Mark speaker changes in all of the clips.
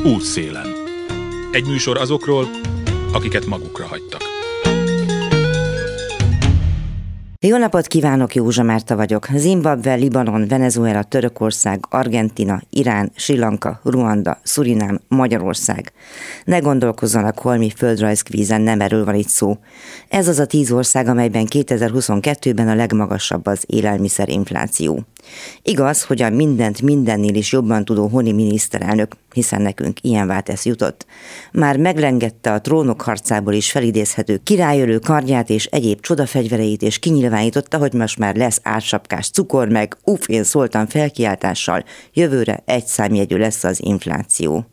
Speaker 1: Útszélen. Egy műsor azokról, akiket magukra hagytak.
Speaker 2: Jó napot kívánok, Józsa Márta vagyok. Zimbabwe, Libanon, Venezuela, Törökország, Argentína, Irán, Sri Lanka, Ruanda, Szurinám, Magyarország. Ne gondolkozzanak, holmi földrajzkvízen, nem erről van itt szó. Ez az a 10 ország, amelyben 2022-ben a legmagasabb az élelmiszerinfláció. Igaz, hogy a mindent mindennél is jobban tudó honi miniszterelnök, hiszen nekünk ilyen váltesz jutott, már meglengette a trónok harcából is felidézhető királyölő kardját és egyéb csodafegyvereit, és kinyilvánította, hogy most már lesz átsapkás cukor, meg én szóltam felkiáltással, jövőre egy számjegyű lesz az infláció.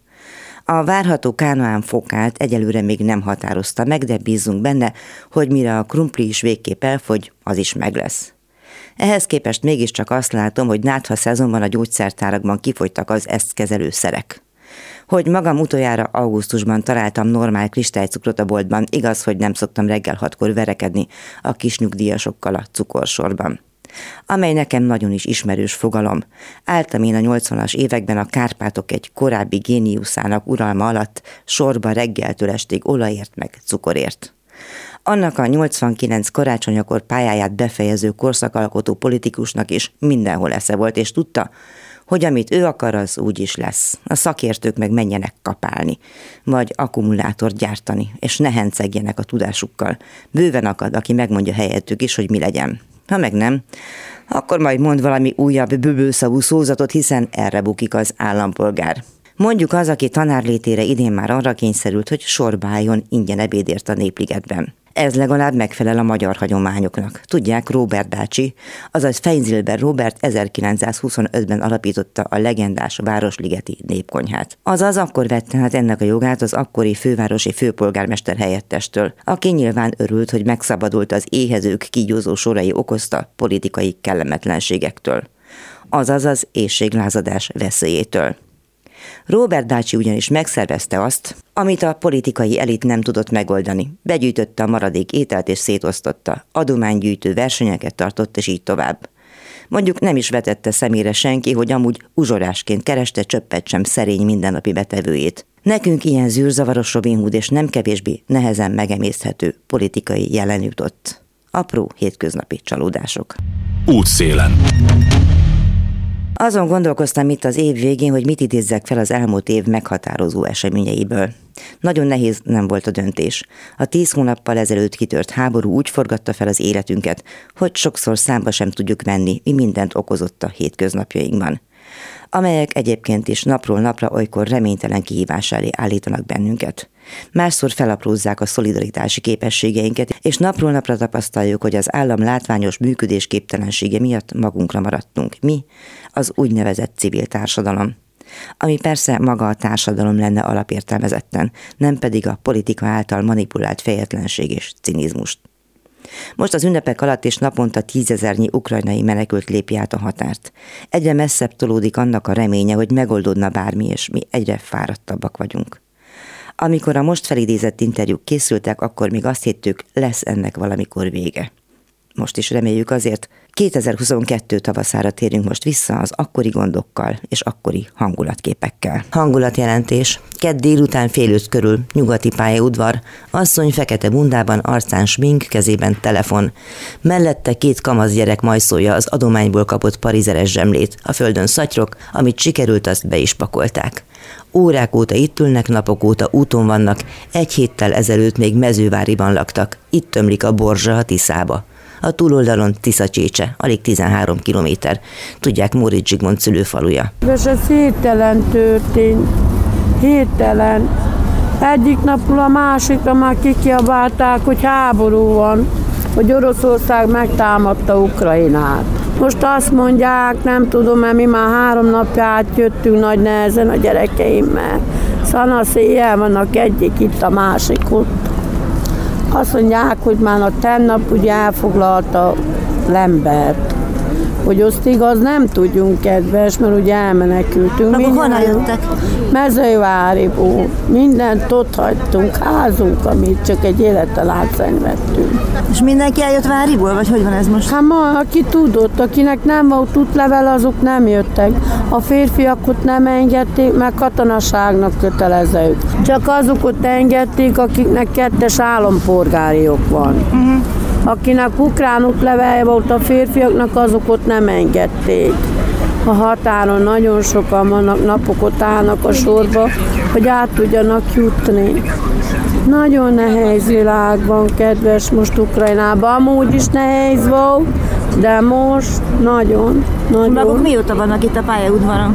Speaker 2: A várható Kánaán fokát egyelőre még nem határozta meg, de bízunk benne, hogy mire a krumpli is végképp elfogy, az is meg lesz. Ehhez képest mégiscsak azt látom, hogy nátha szezonban a gyógyszertárakban kifogytak az ezt kezelő szerek. Hogy magam utoljára augusztusban találtam normál kristálycukrot a boltban, igaz, hogy nem szoktam reggel 6-kor verekedni a kis nyugdíjasokkal a cukorsorban. Amely nekem nagyon is ismerős fogalom. Álltam én a 80-as években a Kárpátok egy korábbi géniuszának uralma alatt sorba reggeltől estig olajért meg cukorért. Annak a 89 karácsonyakor pályáját befejező korszakalkotó politikusnak is mindenhol esze volt, és tudta, hogy amit ő akar, az úgy is lesz. A szakértők meg menjenek kapálni, vagy akkumulátort gyártani, és ne hencegjenek a tudásukkal. Bőven akad, aki megmondja helyettük is, hogy mi legyen. Ha meg nem, akkor majd mond valami újabb böbőszavú szózatot, hiszen erre bukik az állampolgár. Mondjuk az, aki tanárlétére idén már arra kényszerült, hogy sorba álljon ingyen ebédért a Népligetben. Ez legalább megfelel a magyar hagyományoknak. Tudják, Róbert bácsi, azaz Feinzilber Róbert 1925-ben alapította a legendás Városligeti Népkonyhát. Azaz akkor vette át ennek a jogát az akkori fővárosi főpolgármester helyettestől, aki nyilván örült, hogy megszabadult az éhezők kígyózó sorai okozta politikai kellemetlenségektől. Azaz az éhséglázadás veszélyétől. Róbert bácsi ugyanis megszervezte azt, amit a politikai elit nem tudott megoldani. Begyűjtötte a maradék ételt és szétosztotta, adománygyűjtő versenyeket tartott, és így tovább. Mondjuk nem is vetette szemére senki, hogy amúgy uzsorásként kereste csöppet sem szerény mindennapi betevőjét. Nekünk ilyen zűrzavaros Robin Hood és nem kevésbé nehezen megemészthető politikai jelen jutott. Apró hétköznapi csalódások.
Speaker 1: Útszélen.
Speaker 2: Azon gondolkoztam itt az év végén, hogy mit idézzek fel az elmúlt év meghatározó eseményeiből. Nagyon nehéz nem volt a döntés. A 10 hónappal ezelőtt kitört háború úgy forgatta fel az életünket, hogy sokszor számba sem tudjuk venni, mi mindent okozott a hétköznapjainkban, amelyek egyébként is napról napra olykor reménytelen kihívás elé állítanak bennünket. Másszor felaprózzák a szolidaritási képességeinket, és napról napra tapasztaljuk, hogy az állam látványos működésképtelensége miatt magunkra maradtunk. Mi, az úgynevezett civil társadalom. Ami persze maga a társadalom lenne alapértelmezetten, nem pedig a politika által manipulált fejetlenség és cinizmust. Most az ünnepek alatt és naponta 10 000-nyi ukrajnai menekült lépi át a határt. Egyre messzebb tolódik annak a reménye, hogy megoldódna bármi, és mi egyre fáradtabbak vagyunk. Amikor a most felidézett interjúk készültek, akkor még azt hittük, lesz ennek valamikor vége. Most is reméljük azért, 2022 tavaszára térünk most vissza az akkori gondokkal és akkori hangulatképekkel. Hangulatjelentés. Kedd délután fél 5 körül, nyugati pályaudvar, asszony fekete bundában, arcán smink, kezében telefon. Mellette 2 kamasz gyerek majszolja az adományból kapott parizeres zsemlét, a földön szatyrok, amit sikerült, azt be is pakolták. Órák óta itt ülnek, napok óta úton vannak, 1 héttel ezelőtt még Mezőváriban laktak, itt tömlik a Borzsa a Tiszába. A túloldalon Tiszacsécse, alig 13 kilométer. Tudják, Móricz Zsigmond szülőfaluja.
Speaker 3: És ez hirtelen történt. Hirtelen. Egyik napról a másikra már kikiabálták, hogy háború van, hogy Oroszország megtámadta Ukrajnát. Most azt mondják, nem tudom, mert mi már 3 napja átjöttünk nagy nehezen a gyerekeimmel. Szanasz éjjel vannak, egyik itt, a másik ott. Azt mondják, hogy már a tennap ugye elfoglalta Lembert, Hogy azt igaz, nem tudjunk, kedves, mert ugye elmenekültünk.
Speaker 2: Akkor honnan jöttek?
Speaker 3: Mezőváriból. Mindent ott hagytunk, házunk, amit csak egy életen átszenvedtünk.
Speaker 2: És mindenki eljött Váriból, vagy hogy van ez most?
Speaker 3: Hát ma, aki tudott, akinek nem volt útlevel, azok nem jöttek. A férfiakot nem engedték, mert katonaságnak kötelező. Csak azokat engedték, akiknek 2-es állampolgáriok van. Akinek ukrán útlevelje volt a férfiaknak, azokat nem engedték. A határon nagyon sokan vannak, napokat állnak a sorba, hogy át tudjanak jutni. Nagyon nehéz világ van, kedves, most Ukrajnában. Amúgy is nehéz volt, de most nagyon.
Speaker 2: Maguk mióta vannak itt a pályaudvaron?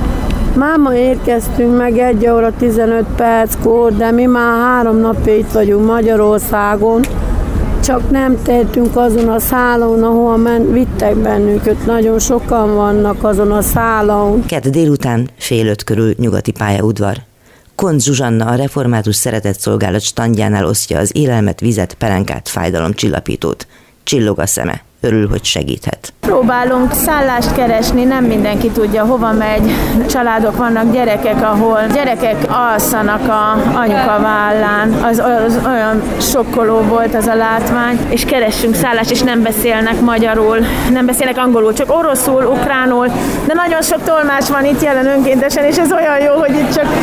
Speaker 3: Máma érkeztünk meg 1 óra 15 perckor, de mi már 3 napja itt vagyunk Magyarországon. Csak nem tehetünk azon a szálon, ahol vittek bennünket. Nagyon sokan vannak azon a szálon.
Speaker 2: Kedd délután 4:30 körül nyugati pályaudvar. Koncz Zsuzsanna a Református Szeretetszolgálat standjánál osztja az élelmet, vizet, pelenkát, fájdalomcsillapítót. Csillog a szeme. Örül, hogy segíthet.
Speaker 4: Próbálunk szállást keresni, nem mindenki tudja, hova megy. Családok vannak, gyerekek, ahol gyerekek alszanak a anyuka vállán. Az olyan sokkoló volt az a látvány, és keressünk szállást, és nem beszélnek magyarul, nem beszélnek angolul, csak oroszul, ukránul, de nagyon sok tolmács van itt jelen önkéntesen, és ez olyan jó, hogy itt csak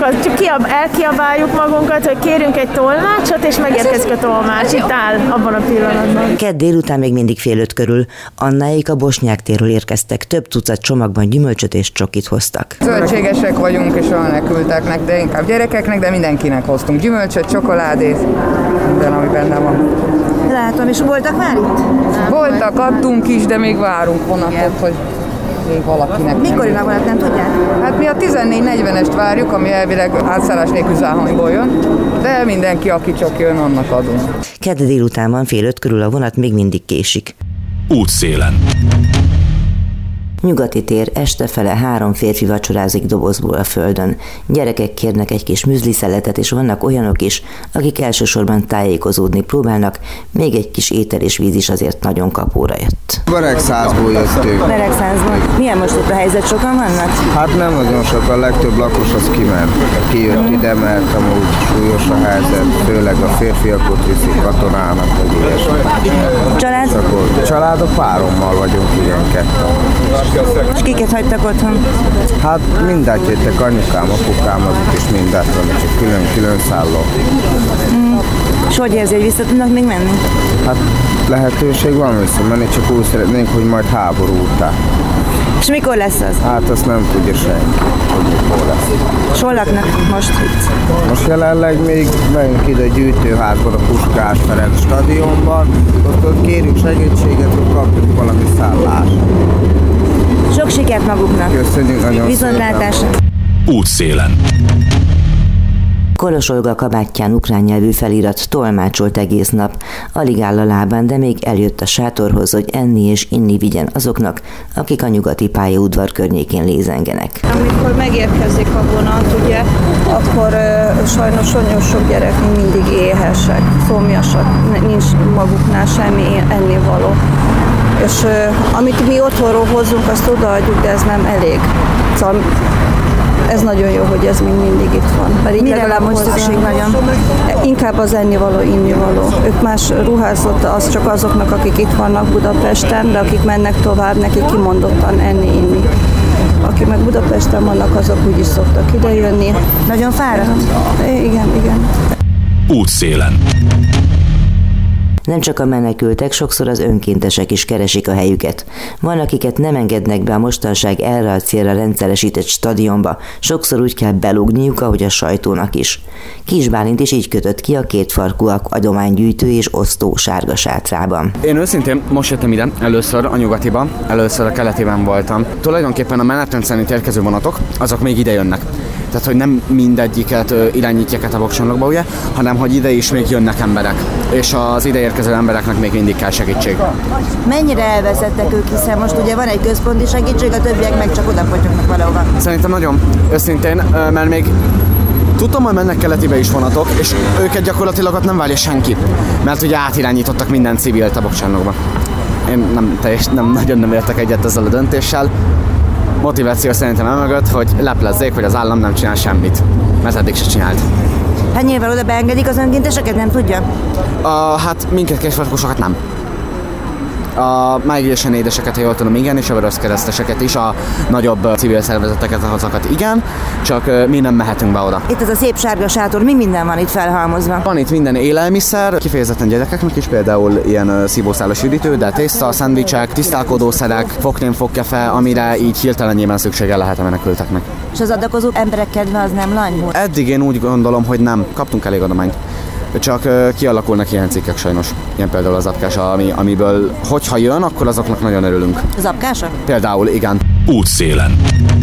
Speaker 4: csak elkiabáljuk magunkat, hogy kérünk egy tolmácsot, és megérkezik a tolmács, itt áll abban a pillanatban.
Speaker 2: Kedd délután még mindig 4:30 körül Annáik a Bosnyák térről érkeztek, több tucat csomagban gyümölcsöt és csokit hoztak.
Speaker 5: Zöldségesek vagyunk, és a menekülteknek, de inkább gyerekeknek, de mindenkinek hoztunk gyümölcsöt, csokoládét, minden, ami benne van.
Speaker 2: Látom, és voltak már itt?
Speaker 5: Voltak, adtunk is, de még várunk vonatot, hogy még valakinek.
Speaker 2: Mikor jön a vonat, nem tudják?
Speaker 5: Hát mi a 14:40-est várjuk, ami elvileg átszállás nélkül Záhonyból jön, de mindenki, aki csak jön, annak adunk.
Speaker 2: Kedd délután van 4:30 körül, a vonat még mindig késik.
Speaker 1: Útszélen.
Speaker 2: Nyugati tér, estefele 3 férfi vacsorázik dobozból a földön. Gyerekek kérnek egy kis műzliszeletet, és vannak olyanok is, akik elsősorban tájékozódni próbálnak, még egy kis étel és víz is azért nagyon kapóra jött.
Speaker 6: Beregszázból jöttünk.
Speaker 2: Beregszázból. Milyen most itt a helyzet? Sokan vannak?
Speaker 6: Hát nem nagyon sok, a legtöbb lakos az kiment. Kijött ide, mert amúgy súlyos a helyzet, főleg a férfiakot viszik katonának, vagy ilyesmi.
Speaker 2: Család?
Speaker 6: Családok párommal vagyunk, igen, ketten.
Speaker 2: És kiket hagytak otthon?
Speaker 6: Hát mindent jöttek, anyukám, apukám, azok is mindent van, csak külön szálló.
Speaker 2: És hogy érzi, hogy vissza tudnak még menni?
Speaker 6: Hát lehetőség van visszamenni, csak úgy szeretnénk, hogy majd háború után.
Speaker 2: És mikor lesz az?
Speaker 6: Hát azt nem tudja senki, hogy mikor lesz.
Speaker 2: És hol laknak most itt?
Speaker 6: Most jelenleg még megyünk ide a gyűjtőházban, a Puskás Ferenc stadionban, ott kérjük segítséget, hogy kapjuk valami szállást.
Speaker 2: Sok sikert maguknak!
Speaker 6: Köszönjük nagyon
Speaker 2: Viszontlátásra!
Speaker 1: Útszélen.
Speaker 2: Kolos Olga kabátján ukrán nyelvű felirat tolmácsolt egész nap. Alig áll a lábán, de még eljött a sátorhoz, hogy enni és inni vigyen azoknak, akik a nyugati pályaudvar környékén lézengenek.
Speaker 7: Amikor megérkezik a vonat, ugye, akkor sajnos nagyon sok gyerek mindig éhesek, szomjasak, nincs maguknál semmi ennivaló. És amit mi otthonról hozzunk, azt odaadjuk, de ez nem elég. Szóval ez nagyon jó, hogy ez még mindig itt van. Pedig
Speaker 2: mire van most szükség nagyon?
Speaker 7: Inkább az ennivaló, innivaló. Ők más ruházott, az csak azoknak, akik itt vannak Budapesten, de akik mennek tovább, nekik kimondottan enni, inni. Akik meg Budapesten vannak, azok úgyis szoktak idejönni.
Speaker 2: Nagyon fáradt?
Speaker 7: Igen.
Speaker 1: Útszélen.
Speaker 2: Nem csak a menekültek, sokszor az önkéntesek is keresik a helyüket. Van, akiket nem engednek be a mostanság erre a célra rendszeresített stadionba, sokszor úgy kell belugniuk, ahogy a sajtónak is. Kis Bálint is így kötött ki a kétfarkúak adománygyűjtő és osztó sárga sátrában.
Speaker 8: Én őszintén most jöttem ide, először a nyugatiban, először a keletiben voltam. Tulajdonképpen a menetrend szerint érkező vonatok, azok még ide jönnek. Tehát, hogy nem mindegyiket irányítják át a Bogsonlókba, ugye, hanem, hogy ide is még jönnek emberek. És az ide érkező embereknek még mindig kell segítség.
Speaker 2: Mennyire elveszettek ők, hiszen most ugye van egy központi segítség, a többiek meg csak odapotyognak valahova?
Speaker 8: Szerintem nagyon őszintén, mert még tudtam, hogy mennek keletibe is vonatok, és őket gyakorlatilag ott nem várja senki, mert ugye átirányítottak minden civilt a Bogsonlókba. Én nem nagyon értek egyet ezzel a döntéssel. Motiváció szerintem emögött, hogy leplezzék, hogy az állam nem csinál semmit, mert eddig se csinált.
Speaker 2: Hát nyilván oda beengedik az önkénteseket, nem tudja?
Speaker 8: Hát minket kisparkosokat nem. A mágésen édeseket, ha jól tudom, igen, és a vöröskereszteseket is, a nagyobb civil szervezeteket, azokat igen, csak mi nem mehetünk be oda.
Speaker 2: Itt ez a szép sárga sátor, mi minden van itt felhalmozva?
Speaker 8: Van itt minden élelmiszer, kifejezetten gyerekeknek is, például ilyen szívószálas üdítő, de tészta, szendvicsek, tisztálkodószerek, fogkefe, amire így hirtelenjében szüksége lehet a menekülteknek.
Speaker 2: És az adakozó emberek kedve az nem lanyhul?
Speaker 8: Eddig én úgy gondolom, hogy nem. Kaptunk elég adományt. Csak kialakulnak ilyen cikkek sajnos. Ilyen például az apkás, amiből hogyha jön, akkor azoknak nagyon örülünk.
Speaker 2: Az apkása?
Speaker 8: Például, igen.
Speaker 1: Útszélen.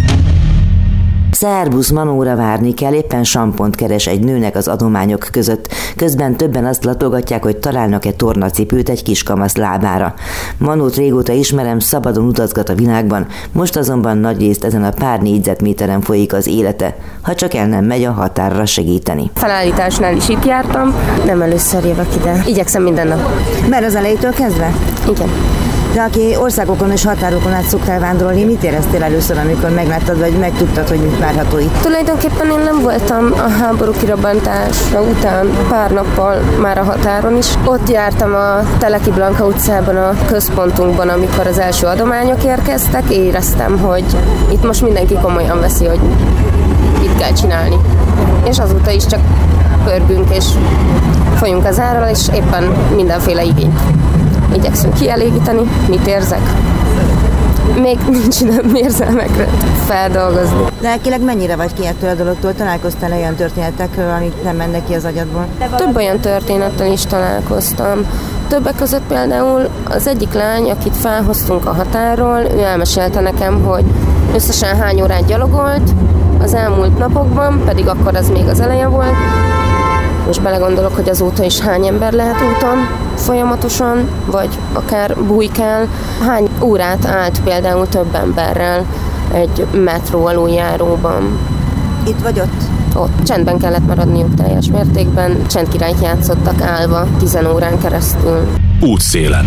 Speaker 2: Szerbusz, Manóra várni kell, éppen sampont keres egy nőnek az adományok között. Közben többen azt latogatják, hogy találnak-e tornacipőt egy kiskamasz lábára. Manót régóta ismerem, szabadon utazgat a világban, most azonban nagyrészt ezen a pár négyzetméteren folyik az élete, ha csak el nem megy a határra segíteni.
Speaker 9: Felállításnál is itt jártam, nem először jövök ide. Igyekszem minden nap.
Speaker 2: Mert az elejétől kezdve?
Speaker 9: Igen.
Speaker 2: De aki országokon és határokon át szoktál vándorolni, mit éreztél először, amikor megláttad, vagy megtudtad, hogy mit várható itt?
Speaker 9: Tulajdonképpen én nem voltam a háború kirobbantása után pár nappal már a határon is. Ott jártam a Teleki Blanka utcában, a központunkban, amikor az első adományok érkeztek. Éreztem, hogy itt most mindenki komolyan veszi, hogy itt kell csinálni. És azóta is csak pörgünk és folyunk az árral, és éppen mindenféle igényt igyekszünk kielégíteni, mit érzek. Még nincs időm érzelmekre feldolgozni.
Speaker 2: De lelkileg mennyire vagy ki ettől a dologtól? Találkoztál olyan történetekről, amik nem mennek ki az agyadból?
Speaker 9: Több olyan történettel is találkoztam. Többek között például az egyik lány, akit felhoztunk a határól, ő elmesélte nekem, hogy összesen hány órát gyalogolt az elmúlt napokban, pedig akkor az még az eleje volt. Most belegondolok, hogy azóta is hány ember lehet úton folyamatosan, vagy akár bujkál. Hány órát állt például több emberrel egy metró aluljáróban.
Speaker 2: Itt vagy ott?
Speaker 9: Ott. Csendben kellett maradniuk teljes mértékben. Csendkirályt játszottak állva 10 órán keresztül.
Speaker 1: Útszélen.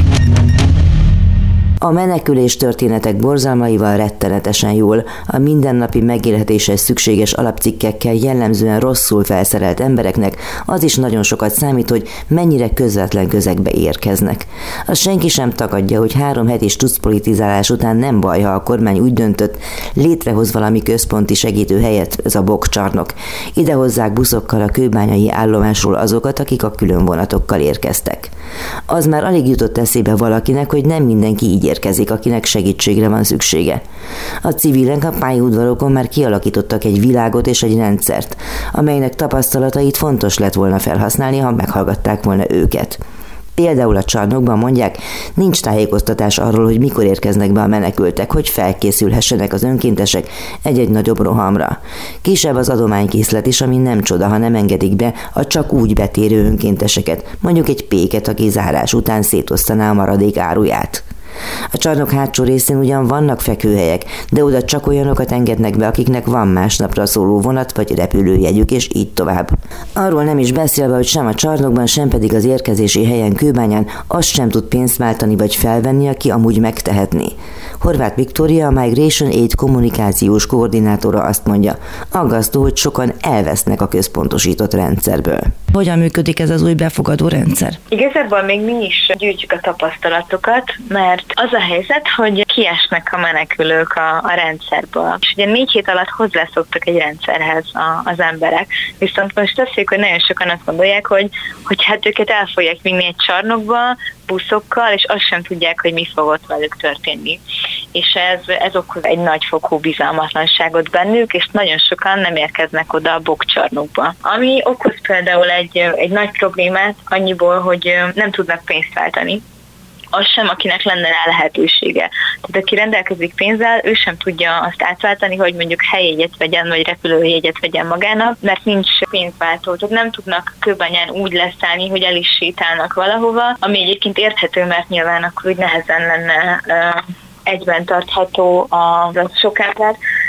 Speaker 2: A menekülés történetek borzalmaival rettenetesen jól, a mindennapi megélhetéshez szükséges alapcikkekkel jellemzően rosszul felszerelt embereknek az is nagyon sokat számít, hogy mennyire közvetlen közegbe érkeznek. Azt senki sem tagadja, hogy 3 hetis tucpolitizálás után nem baj, ha a kormány úgy döntött, létrehoz valami központi segítő helyet, ez a bokcsarnok. Ide hozzák buszokkal a kőbányai állomásról azokat, akik a külön vonatokkal érkeztek. Az már alig jutott eszébe valakinek, hogy nem mindenki így érkezik, akinek segítségre van szüksége. A civilek a pályaudvarokon már kialakítottak egy világot és egy rendszert, amelynek tapasztalatait fontos lett volna felhasználni, ha meghallgatták volna őket. Például a csarnokban mondják, nincs tájékoztatás arról, hogy mikor érkeznek be a menekültek, hogy felkészülhessenek az önkéntesek egy-egy nagyobb rohamra. Kisebb az adománykészlet is, ami nem csoda, ha nem engedik be a csak úgy betérő önkénteseket, mondjuk egy péket, aki zárás után szétosztaná a maradék áruját. A csarnok hátsó részén ugyan vannak fekvőhelyek, de oda csak olyanokat engednek be, akiknek van másnapra szóló vonat vagy repülőjegyük, és így tovább. Arról nem is beszélve, hogy sem a csarnokban, sem pedig az érkezési helyen Kőbányán azt sem tud pénzt váltani vagy felvenni, aki amúgy megtehetné. Horváth Viktória, a Migration Aid kommunikációs koordinátora azt mondja, aggasztó, hogy sokan elvesznek a központosított rendszerből. Hogyan működik ez az új befogadó rendszer?
Speaker 10: Igazából még mi is gyűjtjük a tapasztalatokat, mert az a helyzet, hogy kiesnek a menekülők a rendszerből. És ugye 4 hét alatt hozzászoktak egy rendszerhez az emberek. Viszont most tessék, hogy nagyon sokan azt gondolják, hogy hát őket el fogják vinni egy csarnokba, buszokkal, és azt sem tudják, hogy mi fog ott velük történni. És ez okoz egy nagyfokú bizalmatlanságot bennük, és nagyon sokan nem érkeznek oda a bokcsarnokba. Ami okoz például egy nagy problémát annyiból, hogy nem tudnak pénzt váltani. Az sem, akinek lenne rá lehetősége. Tehát aki rendelkezik pénzzel, ő sem tudja azt átváltani, hogy mondjuk helyjegyet vegyen, vagy repülőjegyet vegyen magának, mert nincs pénzváltó. Tehát nem tudnak Kőbányán úgy leszállni, hogy el is sétálnak valahova, ami egyébként érthető, mert nyilván akkor úgy nehezen lenne egyben tartható a sok ember,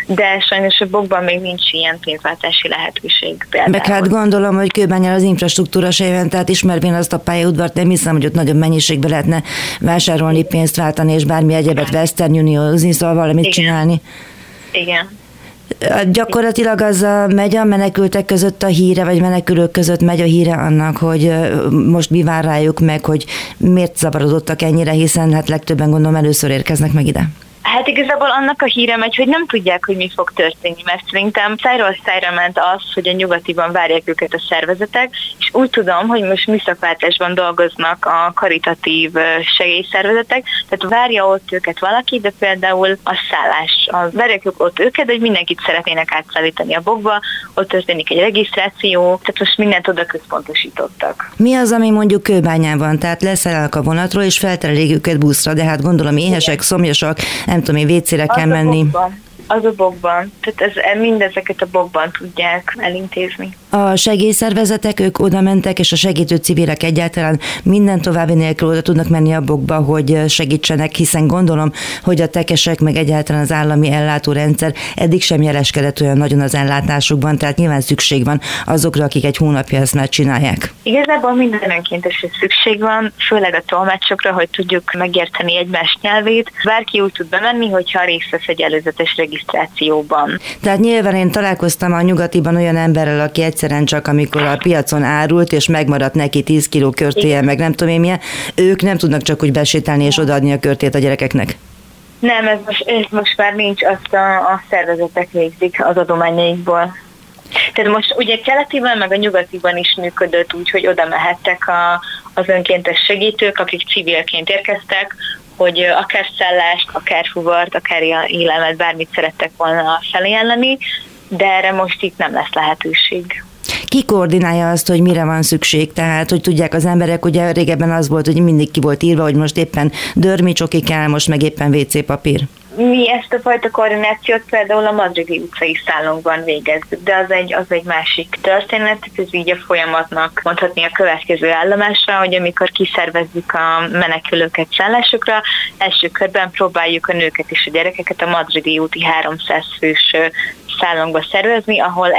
Speaker 10: de sajnos a Bokban még nincs ilyen pénzváltási lehetőség például.
Speaker 2: Meg hát gondolom, hogy Kőbányán az infrastruktúra se jön, tehát ismervén azt a pályaudvart, nem hiszem, hogy ott nagyobb mennyiségben lehetne vásárolni, pénzt váltani, és bármi egyebet Western Union-ozni, szóval valamit csinálni.
Speaker 10: Igen.
Speaker 2: Gyakorlatilag az megy a menekültek között a híre, vagy menekülők között megy a híre annak, hogy most mi vár rájuk meg, hogy miért zavarodottak ennyire, hiszen hát legtöbben gondolom először érkeznek meg ide.
Speaker 10: Hát igazából annak a híre megy, hogy nem tudják, hogy mi fog történni, mert szerintem szájról szájra ment az, hogy a nyugatiban várják őket a szervezetek, és úgy tudom, hogy most műszakváltásban dolgoznak a karitatív segélyszervezetek, tehát várja ott őket valaki, de például a szállás. Várják ott őket, hogy mindenkit szeretnének átszállítani a Bokba, ott történik egy regisztráció, tehát most mindent oda központosítottak.
Speaker 2: Mi az, ami mondjuk Kőbányán, tehát leszállnak a vonatról, és felterelik őket buszra, de hát gondolom éhesek, szomjasak, nem tudom én, WC-re kell menni.
Speaker 10: Az a Bokban. Tehát mindezeket a Bokban tudják elintézni.
Speaker 2: A segélyszervezetek, ők oda mentek, és a segítő civilek egyáltalán minden további nélkül oda tudnak menni a Bokba, hogy segítsenek, hiszen gondolom, hogy a tekesek, meg egyáltalán az állami ellátórendszer eddig sem jeleskedett olyan nagyon az ellátásukban, tehát nyilván szükség van azokra, akik egy hónapja ezt már csinálják.
Speaker 10: Igazából minden önkéntesre szükség van, főleg a tolmácsokra, hogy tudjuk megérteni egymás nyelvét. Bárki úgy tud bemenni, hogyha részt vesz egy előzetes regisztrációban.
Speaker 2: Tehát nyilván én találkoztam a nyugatiban olyan emberrel, aki egyszerűen csak amikor a piacon árult, és megmaradt neki 10 kiló körtéje, meg nem tudom én milyen, ők nem tudnak csak úgy besétálni és odaadni a körtét a gyerekeknek.
Speaker 10: Nem, ez most már nincs, azt a szervezetek végzik az adományaikból. Tehát most ugye keletiben, meg a nyugatiban is működött úgy, hogy oda mehettek az önkéntes segítők, akik civilként érkeztek, hogy akár szállást, akár fuvart, akár élelmet, bármit szerettek volna felajánlani, de erre most itt nem lesz lehetőség.
Speaker 2: Ki koordinálja azt, hogy mire van szükség? Tehát, hogy tudják az emberek, ugye régebben az volt, hogy mindig ki volt írva, hogy most éppen dörmicsoki kell, most meg éppen WC papír.
Speaker 10: Mi ezt a fajta koordinációt például a madridi utcai szállónkban végezzük, de az egy másik történet, ez így a folyamatnak mondhatni a következő állomásra, hogy amikor kiszervezzük a menekülőket szállásokra, első körben próbáljuk a nőket és a gyerekeket a madridi úti 300 fős szállónkba szervezni, ahol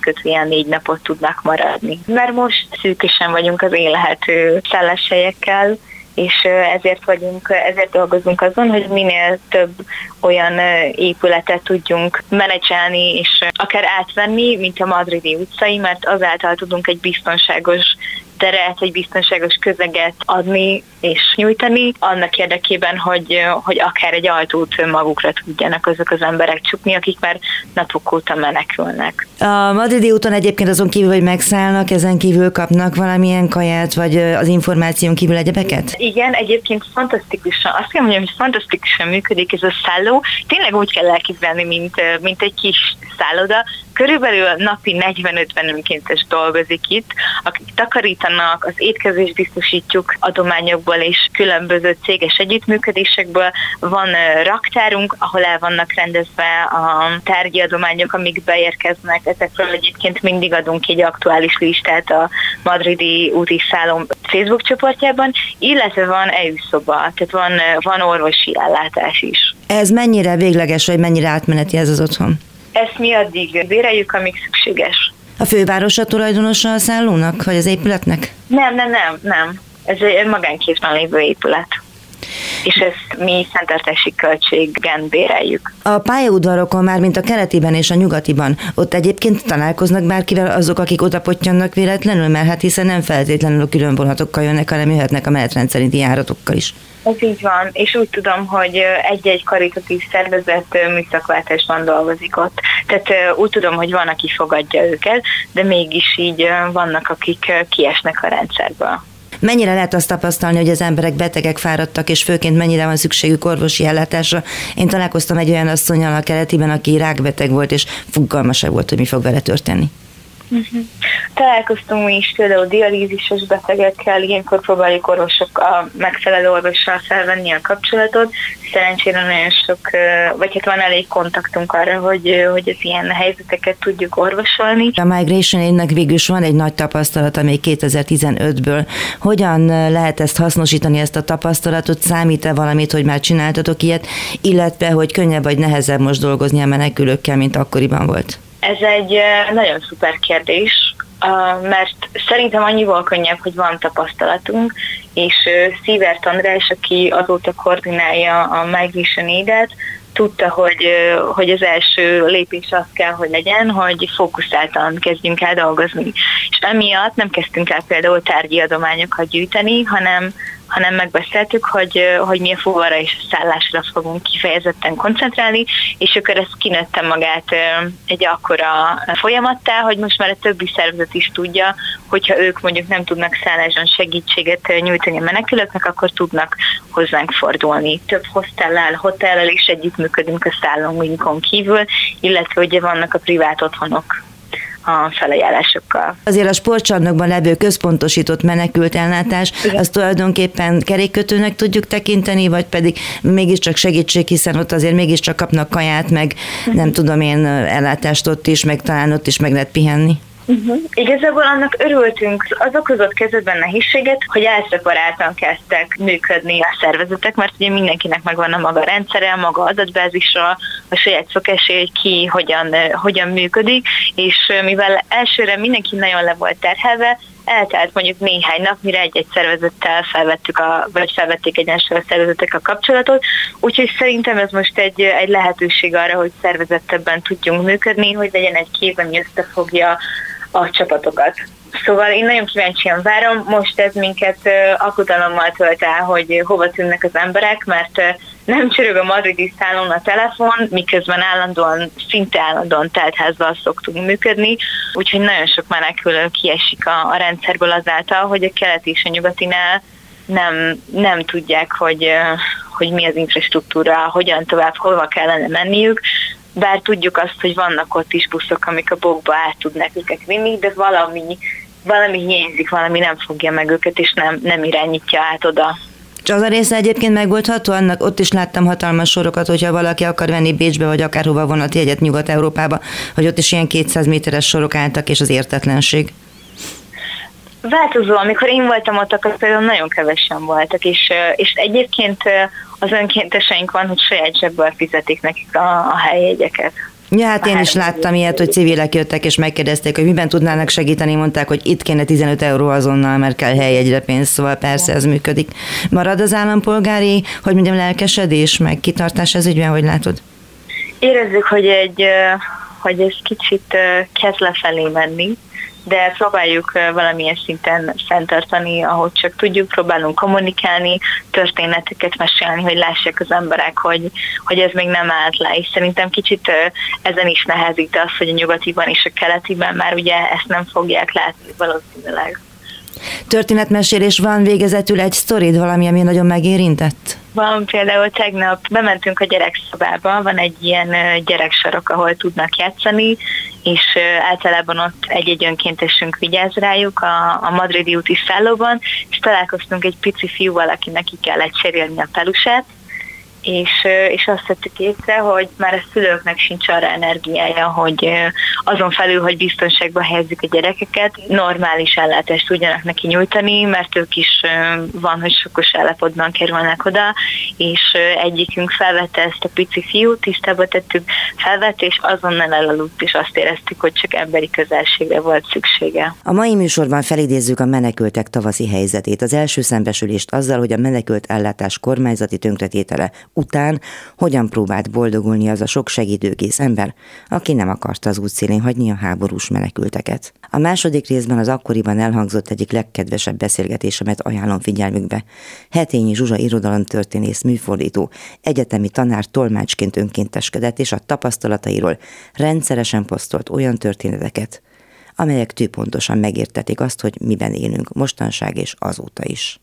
Speaker 10: 1/4 napot tudnak maradni. Mert most szűkösen vagyunk az élhető szálláshelyekkel, és ezért dolgozunk azon, hogy minél több olyan épületet tudjunk menedzselni, és akár átvenni, mint a madridi utcai, mert azáltal tudunk egy biztonságos teret, egy biztonságos közeget adni és nyújtani, annak érdekében, hogy akár egy ajtót magukra tudjanak azok az emberek csukni, akik már napok óta menekülnek.
Speaker 2: A madridi úton egyébként azon kívül, hogy megszállnak, ezen kívül kapnak valamilyen kaját, vagy az információn kívül egyebeket?
Speaker 10: Igen, egyébként fantasztikusan, azt kell mondjam, hogy fantasztikusan működik ez a szálló. Tényleg úgy kell elképzelni, mint egy kis szálloda. Körülbelül napi 40-50 önkéntes dolgozik itt, akik takarítanak, az étkezést biztosítjuk adományokból és különböző céges együttműködésekből. Van raktárunk, ahol el vannak rendezve a tárgyi adományok, amik beérkeznek. Ezekről egyébként mindig adunk egy aktuális listát a madridi úti szálló Facebook csoportjában, illetve van EÜ-szoba, tehát van orvosi ellátás is.
Speaker 2: Ez mennyire végleges, vagy mennyire átmeneti ez az otthon?
Speaker 10: Ezt mi addig béreljük, amíg szükséges.
Speaker 2: A főváros a tulajdonosa a szállónak, vagy az épületnek?
Speaker 10: Nem. Ez egy magánkézben lévő épület. És ezt mi fenntartási költségen béreljük.
Speaker 2: A pályaudvarokon már, mint a keletiben és a nyugatiban, ott egyébként találkoznak bárkivel azok, akik oda pottyannak véletlenül, mert hát hiszen nem feltétlenül a külön vonatokkal jönnek, hanem jöhetnek a menetrend szerinti járatokkal is.
Speaker 10: Ez így van, és úgy tudom, hogy egy-egy karitatív szervezet műszakváltásban dolgozik ott. Tehát úgy tudom, hogy van, aki fogadja őket, de mégis így vannak, akik kiesnek a rendszerből.
Speaker 2: Mennyire lehet azt tapasztalni, hogy az emberek betegek, fáradtak, és főként mennyire van szükségük orvosi ellátásra? Én találkoztam egy olyan asszonnyal a keletiben, aki rákbeteg volt, és fogalma se volt, hogy mi fog vele történni.
Speaker 10: Találkoztunk mi is például dialízises betegekkel, ilyenkor próbáljuk orvosokkal, megfelelő orvossal felvenni a kapcsolatot. Szerencsére nagyon sok, vagy hát van elég kontaktunk arra, hogy az ilyen helyzeteket tudjuk orvosolni.
Speaker 2: A Migration Aid-nek végül is van egy nagy tapasztalata még 2015-ből. Hogyan lehet ezt hasznosítani, ezt a tapasztalatot? Számít-e valamit, hogy már csináltatok ilyet, illetve hogy könnyebb vagy nehezebb most dolgozni a menekülőkkel, mint akkoriban volt?
Speaker 10: Ez egy nagyon szuper kérdés, mert szerintem annyival könnyebb, hogy van tapasztalatunk, és Szívert András, aki azóta koordinálja a Migration Aid-et, tudta, hogy az első lépés az kell, hogy legyen, hogy fókuszáltan kezdjünk el dolgozni. És emiatt nem kezdtünk el például tárgyi adományokat gyűjteni, hanem megbeszéltük, hogy mi a fuvarra és a szállásra fogunk kifejezetten koncentrálni, és akkor ez kinőtte magát egy akkora folyamattá, hogy most már a többi szervezet is tudja, hogyha ők mondjuk nem tudnak szálláson segítséget nyújtani a menekülőknek, akkor tudnak hozzánk fordulni. Több hotellel is együttműködünk a szállóinkon kívül, illetve ugye vannak a privát otthonok a felajánlásokkal.
Speaker 2: Azért a sportcsarnokban levő központosított menekült ellátás, azt tulajdonképpen kerékkötőnek tudjuk tekinteni, vagy pedig mégiscsak segítség, hiszen ott azért mégiscsak kapnak kaját, meg nem tudom én, ellátást ott is, meg talán ott is meg lehet pihenni.
Speaker 10: Igazából annak örültünk, az okozott kezdetben nehézséget, hogy elszeparáltan kezdtek működni a szervezetek, mert ugye mindenkinek megvan a maga rendszere, a maga adatbázisra, a saját szokásai, hogy ki hogyan működik, és mivel elsőre mindenki nagyon le volt terhelve, eltelt mondjuk néhány nap, mire egy-egy szervezettel felvették egymással a szervezetek a kapcsolatot, úgyhogy szerintem ez most egy lehetőség arra, hogy szervezettebben tudjunk működni, hogy legyen egy kép, ami összefogja a csapatokat. Szóval én nagyon kíváncsian várom, most ez minket aggodalommal tölt el, hogy hova tűnnek az emberek, mert nem csörög a madridi szállón a telefon, miközben szinte állandóan teltházzal szoktunk működni, úgyhogy nagyon sok menekülő kiesik a rendszerből azáltal, hogy a keleti és a nyugatinál nem tudják, hogy mi az infrastruktúra, hogyan tovább, hova kellene menniük, bár tudjuk azt, hogy vannak ott is buszok, amik a bokba át tudnak őket vinni, de valami hiányzik, valami nem fogja meg őket, és nem irányítja át oda.
Speaker 2: És az a része egyébként megoldható, annak ott is láttam hatalmas sorokat, hogyha valaki akar venni Bécsbe, vagy akárhova vonatjegyet Nyugat-Európába, hogy ott is ilyen 200 méteres sorok álltak, és az értetlenség.
Speaker 10: Változó, amikor én voltam ott, akkor például nagyon kevesen voltak, és egyébként az önkénteseink van, hogy saját zsebből fizetik nekik a helyjegyeket.
Speaker 2: Ja, hát én is láttam ilyet, hogy civilek jöttek és megkérdezték, hogy miben tudnának segíteni, mondták, hogy itt kéne 15 euró azonnal, mert kell helyjegyre pénz, szóval persze ez működik. Marad az állampolgári, hogy mondjam, lelkesedés, meg kitartás ez ügyben, hogy látod?
Speaker 10: Érezzük, hogy ez kicsit kezd lefelé menni, de próbáljuk valamilyen szinten fenntartani, ahogy csak tudjuk, próbálunk kommunikálni, történeteket mesélni, hogy lássák az emberek, hogy ez még nem állt le, és szerintem kicsit ezen is nehezít az, hogy a nyugatiban és a keletiben már ugye ezt nem fogják látni valószínűleg.
Speaker 2: Történetmesélés van végezetül egy sztorid, valami, ami nagyon megérintett?
Speaker 10: Van például tegnap bementünk a gyerekszobába, van egy ilyen gyereksarok, ahol tudnak játszani, és általában ott egy önkéntesünk vigyáz rájuk a madridi úti szállóban, és találkoztunk egy pici fiúval, aki neki kellett cserélni a pelusát, és azt vettük észre, hogy már a szülőknek sincs arra energiája, hogy azon felül, hogy biztonságba helyezzük a gyerekeket, normális ellátást tudjanak neki nyújtani, mert ők is van, hogy sokkos állapotban kerülnek oda, és egyikünk felvette ezt a pici fiút, tisztába tettük, felvette, és azonnal elaludt, és azt éreztük, hogy csak emberi közelségre volt szüksége.
Speaker 2: A mai műsorban felidézzük a menekültek tavaszi helyzetét, az első szembesülést azzal, hogy a menekült ellátás kormányzati tönkretétele után hogyan próbált boldogulni az a sok segítőkész ember, aki nem akarta az útszélén hagyni a háborús menekülteket. A második részben az akkoriban elhangzott egyik legkedvesebb beszélgetésemet ajánlom figyelmükbe. Hetényi Zsuzsa irodalomtörténész, műfordító, egyetemi tanár tolmácsként önkénteskedett, és a tapasztalatairól rendszeresen posztolt olyan történeteket, amelyek tűpontosan megértették azt, hogy miben élünk mostanság és azóta is.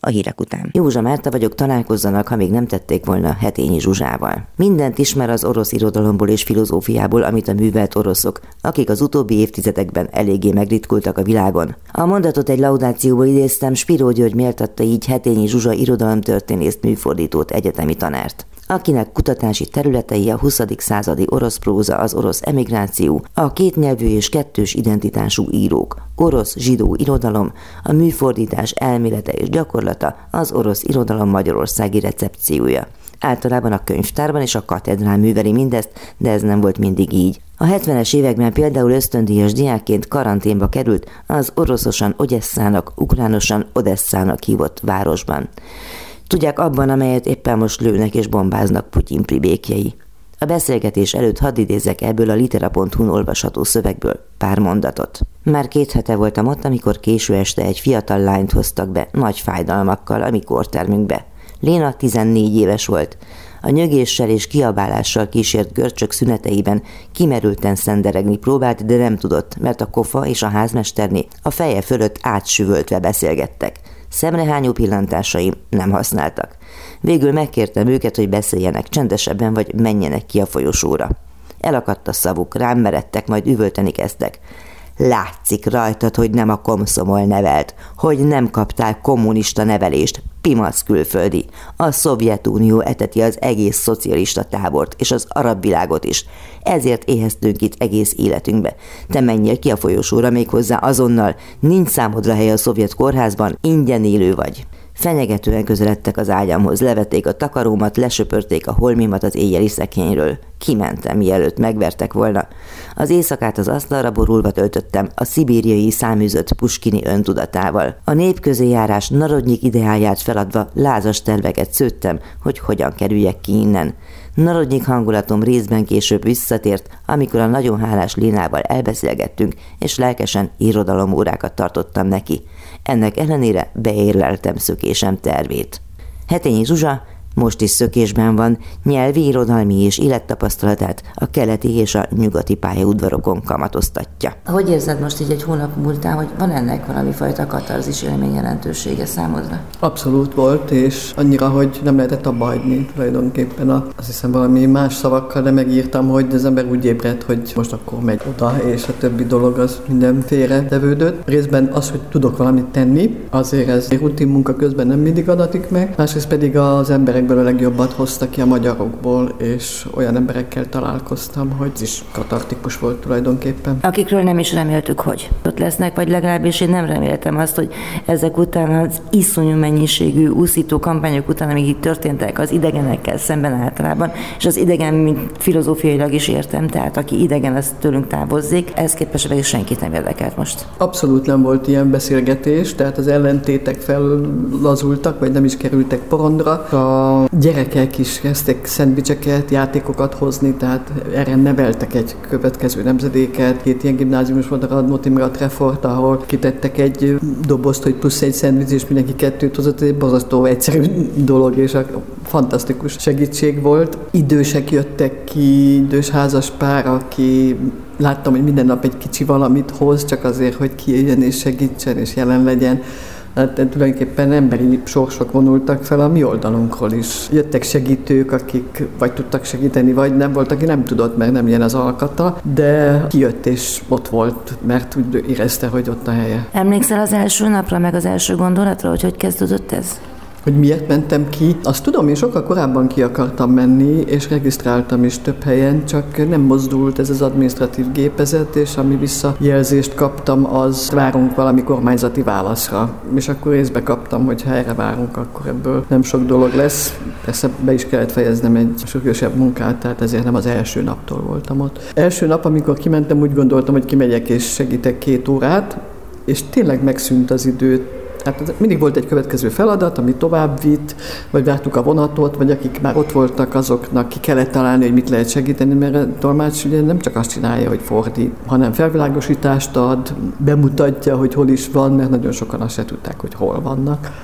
Speaker 2: a hírek után. Józsa Márta vagyok, találkozzanak, ha még nem tették volna Hetényi Zsuzsával. Mindent ismer az orosz irodalomból és filozófiából, amit a művelt oroszok, akik az utóbbi évtizedekben eléggé megritkultak a világon. A mondatot egy laudációból idéztem, Spiró György méltatta így Hetényi Zsuzsa irodalomtörténészt, műfordítót, egyetemi tanárt, akinek kutatási területei a 20. századi orosz próza, az orosz emigráció, a kétnyelvű és kettős identitású írók, orosz-zsidó irodalom, a műfordítás elmélete és gyakorlata, az orosz irodalom magyarországi recepciója. Általában a könyvtárban és a katedrán műveli mindezt, de ez nem volt mindig így. A 70-es években például ösztöndíjas diákként karanténba került az oroszosan Ogyesszának, ukránosan Odesszának hívott városban. Tudják, abban, amelyet éppen most lőnek és bombáznak Putyin pribékjei. A beszélgetés előtt hadd idézzek ebből a litera.hu-n olvasható szövegből pár mondatot. Már 2 hete voltam ott, amikor késő este egy fiatal lányt hoztak be, nagy fájdalmakkal a mi kórtermünkbe. Léna 14 éves volt. A nyögéssel és kiabálással kísért görcsök szüneteiben kimerülten szenderegni próbált, de nem tudott, mert a kofa és a házmesterné a feje fölött átsüvöltve beszélgettek. Szemrehányó pillantásaim nem használtak. Végül megkértem őket, hogy beszéljenek csendesebben, vagy menjenek ki a folyosóra. Elakadt a szavuk, rám meredtek, majd üvölteni kezdtek. Látszik rajtad, hogy nem a Komszomol nevelt, hogy nem kaptál kommunista nevelést, pimac külföldi. A Szovjetunió eteti az egész szocialista tábort, és az arab világot is. Ezért éheztünk itt egész életünkbe. Te menjél ki a folyosóra méghozzá azonnal, nincs számodra hely a szovjet kórházban, ingyen élő vagy. Fenyegetően közeledtek az ágyamhoz, levették a takarómat, lesöpörték a holmimat az éjjeli szekrényről. Kimentem, mielőtt megvertek volna. Az éjszakát az asztalra borulva töltöttem a szibériai száműzött Puskini öntudatával. A népközéjárás Narodnyik ideáját feladva lázas terveket szőttem, hogy hogyan kerüljek ki innen. Narodnyik hangulatom részben később visszatért, amikor a nagyon hálás Lénával elbeszélgettünk, és lelkesen irodalomórákat tartottam neki. Ennek ellenére beérleltem szökésem tervét. Hetényi Zsuzsa most is szökésben van, nyelvi, irodalmi és élettapasztalatát a keleti és a nyugati pályaudvarokon kamatoztatja. Hogy érzed most így egy hónap múltán, hogy van ennek valami fajta katarzis élmény jelentősége számodra?
Speaker 11: Abszolút volt, és annyira, hogy nem lehetett abba hagyni tulajdonképpen. Azt hiszem valami más szavakkal, de megírtam, hogy az ember úgy ébredt, hogy most akkor megy oda, és a többi dolog az minden félretevődött. Részben az, hogy tudok valamit tenni, azért ez rutin munka közben nem mindig adatik meg, másrészt pedig az emberek a legjobbat hozta ki a magyarokból, és olyan emberekkel találkoztam, hogy ez is katartikus volt tulajdonképpen.
Speaker 2: Akikről nem is reméltük, hogy ott lesznek, vagy legalábbis én nem reméltem azt, hogy ezek után az iszonyú mennyiségű úszító kampányok után, amik itt történtek az idegenekkel szemben általában, és az idegen, mint filozófiailag is értem, tehát aki idegen, az tőlünk távozzék, ehhez képest pedig senkit nem érdekelt most.
Speaker 11: Abszolút nem volt ilyen beszélgetés, tehát az ellentétek fellazultak, vagy nem is kerültek porondra. A gyerekek is kezdtek szendvicseket, játékokat hozni, tehát erre neveltek egy következő nemzedéket. 2 ilyen gimnáziumos volt, a Radnóti meg a Trefort, ahol kitettek egy dobozt, hogy plusz egy szendvics, és mindenki 2 hozott, ez egy borzasztó egyszerű dolog, és fantasztikus segítség volt. Idősek jöttek ki, idős házaspár, aki láttam, hogy minden nap egy kicsi valamit hoz, csak azért, hogy kijöjjön és segítsen és jelen legyen. Hát tulajdonképpen emberi sorsok vonultak fel a mi oldalunkról is. Jöttek segítők, akik vagy tudtak segíteni, vagy nem volt, aki nem tudott, mert nem ilyen az alkata, de kijött és ott volt, mert úgy érezte, hogy ott a helye.
Speaker 2: Emlékszel az első napra, meg az első gondolatra, hogy kezdődött ez?
Speaker 11: Hogy miért mentem ki? Azt tudom, én sokkal korábban ki akartam menni, és regisztráltam is több helyen, csak nem mozdult ez az adminisztratív gépezet, és ami visszajelzést kaptam, az várunk valami kormányzati válaszra. És akkor részbe kaptam, hogy ha erre várunk, akkor ebből nem sok dolog lesz. Persze be is kellett fejeznem egy sürgősebb munkát, tehát ezért nem az első naptól voltam ott. Első nap, amikor kimentem, úgy gondoltam, hogy kimegyek és segítek 2 órát, és tényleg megszűnt az idő. Hát mindig volt egy következő feladat, ami tovább vitt, vagy vártuk a vonatot, vagy akik már ott voltak, azoknak ki kellett találni, hogy mit lehet segíteni, mert a tolmács ugye nem csak azt csinálja, hogy fordít, hanem felvilágosítást ad, bemutatja, hogy hol is van, mert nagyon sokan azt se tudták, hogy hol vannak.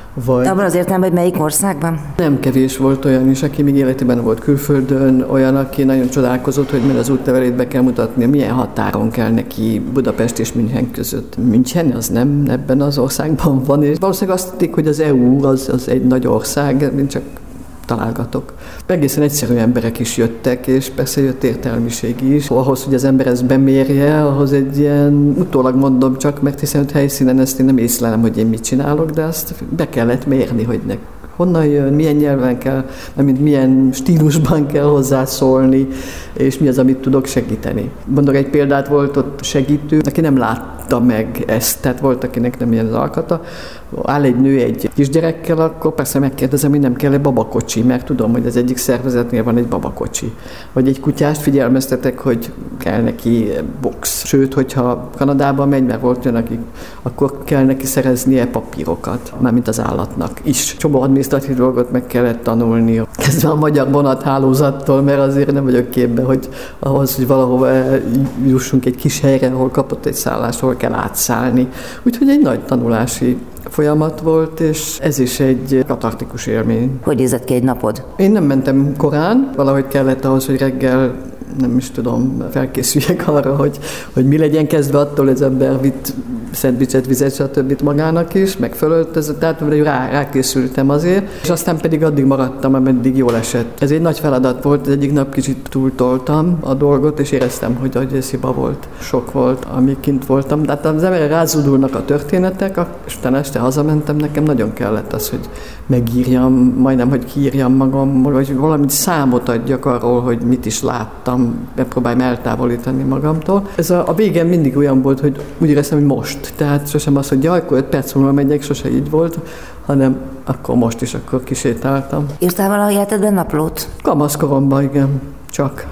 Speaker 11: Vagy...
Speaker 2: Abban az értelemben, hogy melyik országban?
Speaker 11: Nem kevés volt olyan is, aki még életében volt külföldön, olyan, aki nagyon csodálkozott, hogy az útlevelét be kell mutatni, milyen határon kell neki Budapest és München között. München az nem ebben az országban van, és valószínűleg azt hitték, hogy az EU az egy nagy ország, mint csak találgatok. Egészen egyszerű emberek is jöttek, és persze jött értelmiség is. Ahhoz, hogy az ember ezt bemérje, ahhoz egy ilyen, utólag mondom csak, mert hiszen ott helyszínen ezt én nem észlelem, hogy én mit csinálok, de azt be kellett mérni, hogy honnan jön, milyen nyelven kell, milyen stílusban kell hozzászólni, és mi az, amit tudok segíteni. Mondok egy példát, volt ott segítő, aki nem látta meg ezt, tehát volt, akinek nem ilyen az alkata. Áll egy nő egy kisgyerekkel, akkor persze megkérdezem, hogy nem kell egy babakocsi, mert tudom, hogy az egyik szervezetnél van egy babakocsi. Vagy egy kutyást figyelmeztetek, hogy kell neki box. Sőt, hogyha Kanadába megy, mert volt olyan, akkor kell neki szereznie papírokat, mármint az állatnak is. Csomó adminisztratív dolgot meg kellett tanulni. Kezdve a magyar vonathálózattól, mert azért nem vagyok képben, hogy ahhoz, hogy valahova jussunk egy kis helyre, ahol kapott egy szállást, ahol kell átszállni. Úgyhogy egy nagy tanulási folyamat volt, és ez is egy katartikus élmény.
Speaker 2: Hogy nézett ki egy napod?
Speaker 11: Én nem mentem korán, valahogy kellett ahhoz, hogy reggel nem is tudom, felkészüljek arra, hogy mi legyen, kezdve attól, hogy az ember vitt szendvicset, vizet, stb. Magának is, meg fölöltözött, tehát rákészültem azért, és aztán pedig addig maradtam, ameddig jól esett. Ez egy nagy feladat volt, az egyik nap kicsit túltoltam a dolgot, és éreztem, hogy ez hiba volt, sok volt, amíg kint voltam. Tehát az emberre rázudulnak a történetek, és utána este hazamentem, nekem nagyon kellett az, hogy megírjam, majdnem, hogy kiírjam magamból, vagy valamit számot adjak arról, hogy mit is láttam, megpróbáljam eltávolítani magamtól. Ez a végén mindig olyan volt, hogy úgy éreztem, hogy most. Tehát sosem az, hogy akkor 5 perc múlva megyek, sose így volt, hanem akkor most is, akkor kisétáltam.
Speaker 2: Írtál valaha életedben naplót?
Speaker 11: Kamaszkoromban, igen. Csak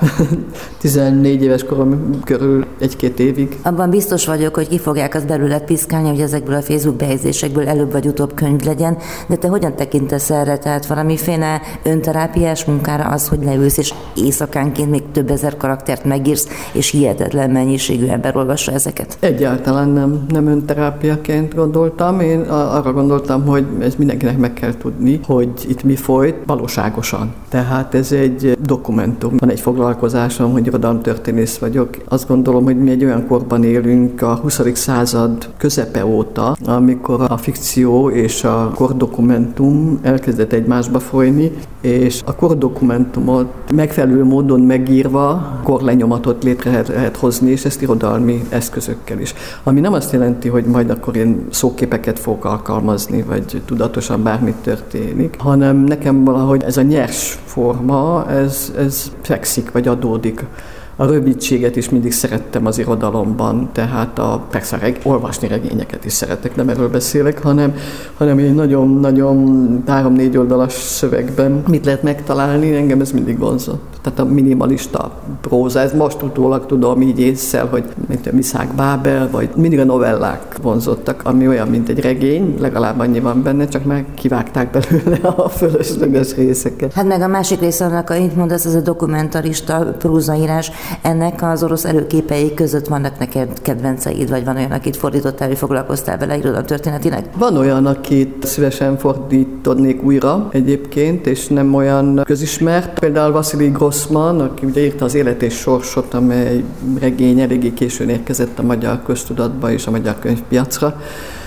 Speaker 11: 14 éves korom körül 1-2 évig.
Speaker 2: Abban biztos vagyok, hogy ki fogják azt belőled piszkálni, hogy ezekből a Facebook bejegyzésekből előbb vagy utóbb könyv legyen, de te hogyan tekintesz erre? Tehát valamiféle önterápiás munkára az, hogy leülsz és éjszakánként még több ezer karaktert megírsz, és hihetetlen mennyiségű ember olvassa ezeket?
Speaker 11: Egyáltalán nem önterápiaként gondoltam. Én arra gondoltam, hogy ez mindenkinek meg kell tudni, hogy itt mi folyt valóságosan. Tehát ez egy dokumentum. Van egy foglalkozásom, hogy irodalomtörténész vagyok. Azt gondolom, hogy mi egy olyan korban élünk a 20. század közepe óta, amikor a fikció és a kordokumentum elkezdett egymásba folyni, és a kordokumentumot megfelelő módon megírva korlenyomatot létre lehet hozni, és ezt irodalmi eszközökkel is. Ami nem azt jelenti, hogy majd akkor én szóképeket fogok alkalmazni, vagy tudatosan bármit történik, hanem nekem valahogy ez a nyers forma, ez fekszik, vagy adódik. A rövidséget is mindig szerettem az irodalomban, tehát persze olvasni regényeket is szeretek, nem erről beszélek, hanem egy nagyon-nagyon 3-4 oldalas szövegben mit lehet megtalálni, engem ez mindig vonzott. Tehát a minimalista próza, ez most utólag tudom így észszel, hogy mint a Miszák Bábel, vagy mindig a novellák vonzottak, ami olyan, mint egy regény, legalább annyi van benne, csak már kivágták belőle a fölösleges részeket.
Speaker 2: Hát meg a másik része annak, amit mondasz, ez a dokumentarista prózaírás, ennek az orosz előképei között vannak neked kedvenceid, vagy van olyan, akit fordítottál, hogy foglalkoztál vele irodalomtörténetileg?
Speaker 11: Van olyan, akit szívesen fordítanék újra egyébként, és nem olyan közismert. Például Vasilij Grossman, aki ugye írta az Élet és sorsot, amely regény eléggé későn érkezett a magyar köztudatba és a magyar könyvpiacra.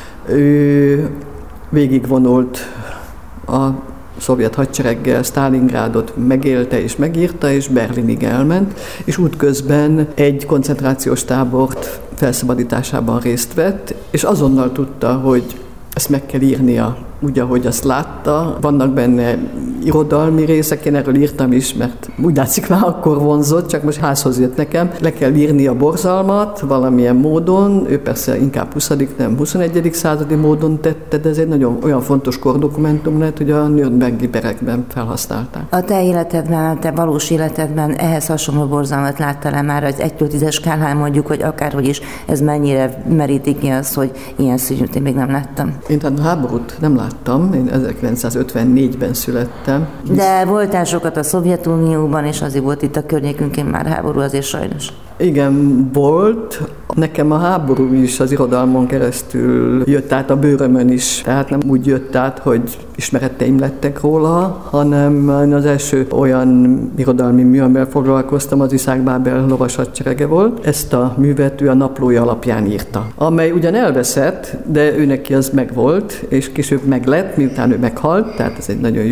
Speaker 11: Ő végigvonult a szovjet hadsereggel Sztálingrádot megélte és megírta, és Berlinig elment, és útközben egy koncentrációs tábort felszabadításában részt vett, és azonnal tudta, hogy ezt meg kell írnia úgy, ahogy azt látta. Vannak benne irodalmi részek, én erről írtam is, mert úgy látszik már akkor vonzott, csak most házhoz jött nekem. Le kell írni a borzalmat valamilyen módon, ő persze inkább 20., nem 21. századi módon tette, de ez egy nagyon olyan fontos kordokumentum lett, hogy a nürnbergi perekben felhasználták.
Speaker 2: A te életedben, a te valós életedben ehhez hasonló borzalmat láttál-e már az 1-10-es skálán, mondjuk, hogy akárhogy is ez mennyire meríti ki azt, hogy ilyen szűnyűt én még nem láttam?
Speaker 11: Én tehát a háborút nem láttam, én 1954-ben születtem.
Speaker 2: De voltál sokat a Szovjetunióban, és azért volt itt a környékünkén már háború, azért sajnos.
Speaker 11: Igen, volt. Nekem a háború is az irodalmon keresztül jött át a bőrömön is. Tehát nem úgy jött át, hogy ismereteim lettek róla, hanem az első olyan irodalmi mű, amivel foglalkoztam, az Iszák Bábel lovas hadserege volt. Ezt a művet ő a naplója alapján írta, amely ugyan elveszett, de ő neki az megvolt, és később meglett, miután ő meghalt, tehát ez egy nagyon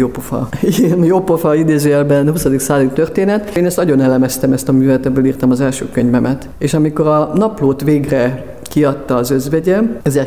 Speaker 11: jópofa idézőjelben 20. századi történet. Én ezt nagyon elemeztem, ezt a művet, ebből írtam az első könyvemet. És amikor a naplót végre kiadta az özvegye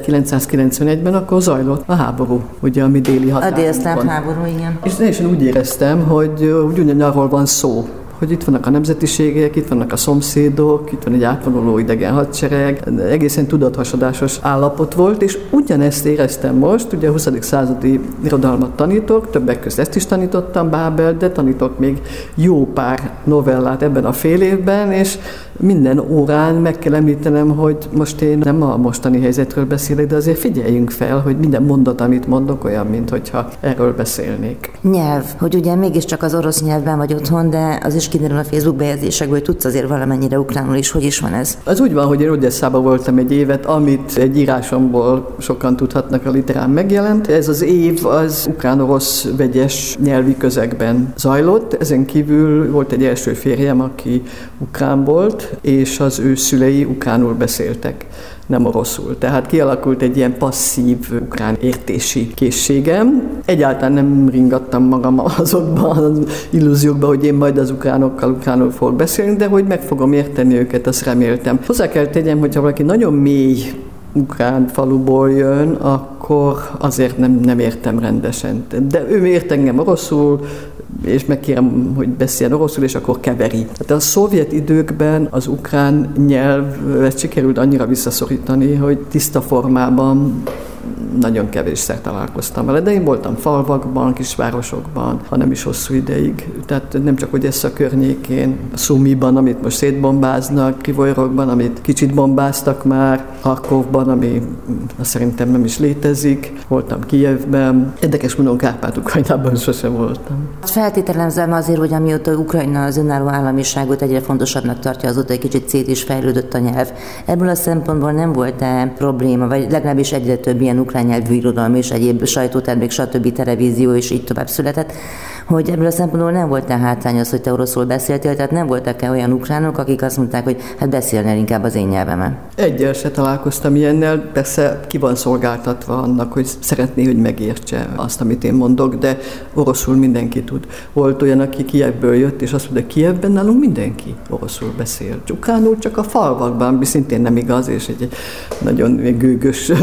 Speaker 11: 1991-ben, akkor zajlott a háború, ugye a mi déli határunkon.
Speaker 2: A délszláv háború, igen.
Speaker 11: És teljesen úgy éreztem, hogy ugyanarról van szó, hogy itt vannak a nemzetiségek, itt vannak a szomszédok, itt van egy átvonuló idegen hadsereg, egészen tudathasadásos állapot volt, és ugyanezt éreztem most, ugye a 20. századi irodalmat tanítok, többek között ezt is tanítottam, Bábel, de tanítok még jó pár novellát ebben a fél évben, és minden órán meg kell említenem, hogy most én nem a mostani helyzetről beszélek, de azért figyeljünk fel, hogy minden mondat, amit mondok, olyan, mintha erről beszélnék.
Speaker 2: Nyelv, hogy ugye mégiscsak az orosz nyelvben vagy otthon, de az is kiderül a Facebook bejegyzésekből, hogy tudsz azért valamennyire ukránul is. Hogy is van ez?
Speaker 11: Az úgy van, hogy én Odesszában voltam egy évet, amit egy írásomból sokan tudhatnak, a literán megjelent. Ez az év az ukrán-orosz vegyes nyelvi közegben zajlott. Ezen kívül volt egy első férjem, aki ukrán volt, és az ő szülei ukránul beszéltek, nem oroszul. Tehát kialakult egy ilyen passzív ukrán értési készségem. Egyáltalán nem ringattam magam azokban az illúziókban, hogy én majd az ukránokkal ukránul fogok beszélni, de hogy meg fogom érteni őket, azt reméltem. Hozzá kell tegyem, hogyha valaki nagyon mély ukrán faluból jön, akkor azért nem értem rendesen. De ő ért engem oroszul, és megkérem, hogy beszéljen oroszul, és akkor keveri. Tehát a szovjet időkben az ukrán nyelvet sikerült annyira visszaszorítani, hogy tiszta formában nagyon kevésszer találkoztam vele, de én voltam falvakban, kisvárosokban, hanem is hosszú ideig. Tehát nem csak Odessza környékén, Szumiban, amit most szétbombáznak, Krivojrogban, amit kicsit bombáztak már, Harkovban, ami szerintem nem is létezik, voltam Kijevben. Érdekes módon Kárpát-Ukrajnában sosem voltam.
Speaker 2: Feltételezem azért, hogy amióta Ukrajna az önálló államiságot egyre fontosabbnak tartja, azóta egy kicsit szét is fejlődött a nyelv. Ebből a szempontból nem volt-e probléma, vagy legalábbis egyre több ilyen ukrán nyelvű irodalom és egyéb sajtótermék, stb. Televízió és így tovább született, hogy ebből a szempontból nem volt-e hátrány az, hogy te oroszul beszéltél, tehát nem voltak-e olyan ukránok, akik azt mondták, hogy hát beszélnél inkább az én nyelvemen?
Speaker 11: Egyel se találkoztam ilyennel, persze ki van szolgáltatva annak, hogy szeretné, hogy megértse azt, amit én mondok, de oroszul mindenki tud. Volt olyan, aki Kijevből jött, és azt mondta, Kijevben nálunk mindenki oroszul beszél. Ukránul csak a falvakban, ami szintén nem igaz, és egy nagyon gőgös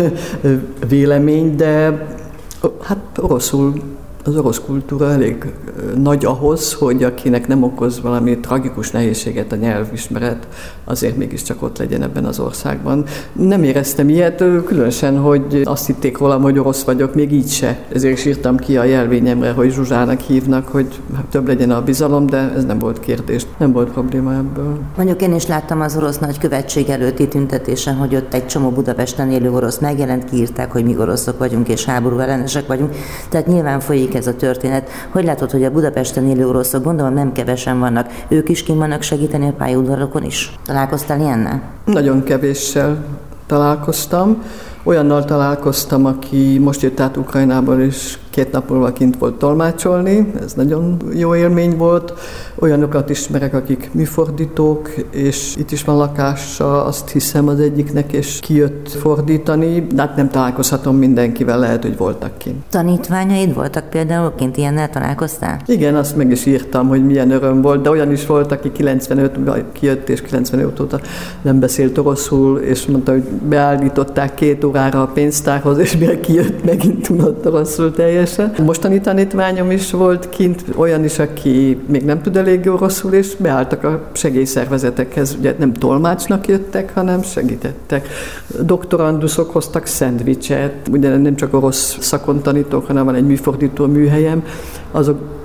Speaker 11: vélemény, de hát oroszul, az orosz kultúra elég nagy ahhoz, hogy akinek nem okoz valami tragikus nehézséget a nyelvismeret, azért mégiscsak ott legyen ebben az országban. Nem éreztem ilyet, különösen, hogy azt hitték rólam, hogy orosz vagyok, még így se. Ezért is írtam ki a jelvényemre, hogy Zsuzsának hívnak, hogy több legyen a bizalom, de ez nem volt kérdés, nem volt probléma ebből.
Speaker 2: Mondjuk én is láttam az orosz nagykövetség előtti tüntetésen, hogy ott egy csomó Budapesten élő orosz megjelent, kiírták, hogy mi oroszok vagyunk és háború ellenesek vagyunk. Tehát nyilván folyik ez a történet. Hogy látod, hogy a Budapesten élő oroszok, gondolom nem kevesen vannak, ők is kint vannak segíteni a pályaudvarokon is? Találkoztál ilyennel?
Speaker 11: Nagyon kevéssel találkoztam. Olyannal találkoztam, aki most jött át Ukrajnából, és 2 nap múlva kint volt tolmácsolni, ez nagyon jó élmény volt. Olyanokat ismerek, akik műfordítók, és itt is van lakása, azt hiszem az egyiknek, és kijött fordítani, de hát nem találkozhatom mindenkivel, lehet, hogy voltak kint.
Speaker 2: Tanítványaid voltak például, kint ilyennel találkoztál?
Speaker 11: Igen, azt meg is írtam, hogy milyen öröm volt, de olyan is volt, aki 95-ben kijött, és 95 óta nem beszélt oroszul, és mondta, hogy beállították 2 órára a pénztárhoz, és mire kijött, megint tudott oroszul teljesen. Mostani tanítványom is volt kint, olyan is, aki még nem tud elég oroszul, és beálltak a segélyszervezetekhez. Ugye nem tolmácsnak jöttek, hanem segítettek. Doktoranduszok hoztak szendvicset, ugye nem csak orosz szakon tanítok, hanem van egy műfordító műhelyem, azok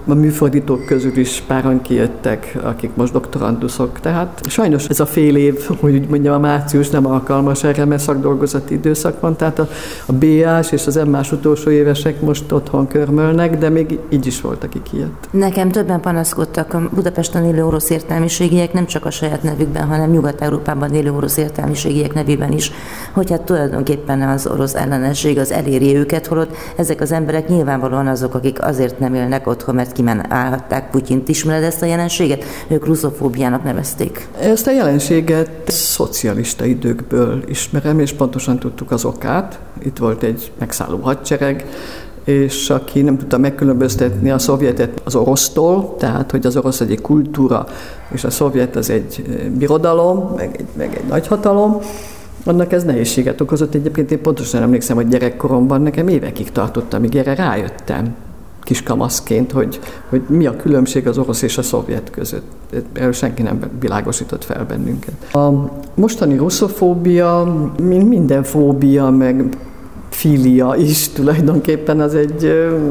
Speaker 11: A műfordítók közül is páran kijöttek, akik most doktoranduszok. Tehát sajnos ez a fél év, hogy úgy mondjam, a március nem alkalmas erre, mert szakdolgozati időszak van, tehát a BA-s és az M-más utolsó évesek most otthon körmölnek, de még így is volt, aki kijött.
Speaker 2: Nekem többen panaszkodtak a Budapesten élő orosz értelmiségiek, nem csak a saját nevükben, hanem Nyugat-Európában élő orosz értelmiségiek nevében is, hogy hát tulajdonképpen az orosz ellenesség az eléri őket, holott ezek az emberek nyilvánvalóan azok, akik azért nem élnek otthon, mert állhatták Putyint. Ismered ezt a jelenséget? Ők russzofóbiának nevezték.
Speaker 11: Ezt a jelenséget szocialista időkből ismerem, és pontosan tudtuk az okát. Itt volt egy megszálló hadsereg, és aki nem tudta megkülönböztetni a szovjetet az orosztól, tehát hogy az orosz egy kultúra, és a szovjet az egy birodalom, meg egy nagyhatalom, annak ez nehézséget okozott. Egyébként én pontosan emlékszem, hogy gyerekkoromban nekem évekig tartott, amíg erre rájöttem kiskamaszként, hogy mi a különbség az orosz és a szovjet között. Erről senki nem világosított fel bennünket. A mostani russzofóbia, mint minden fóbia, meg filia is tulajdonképpen az egy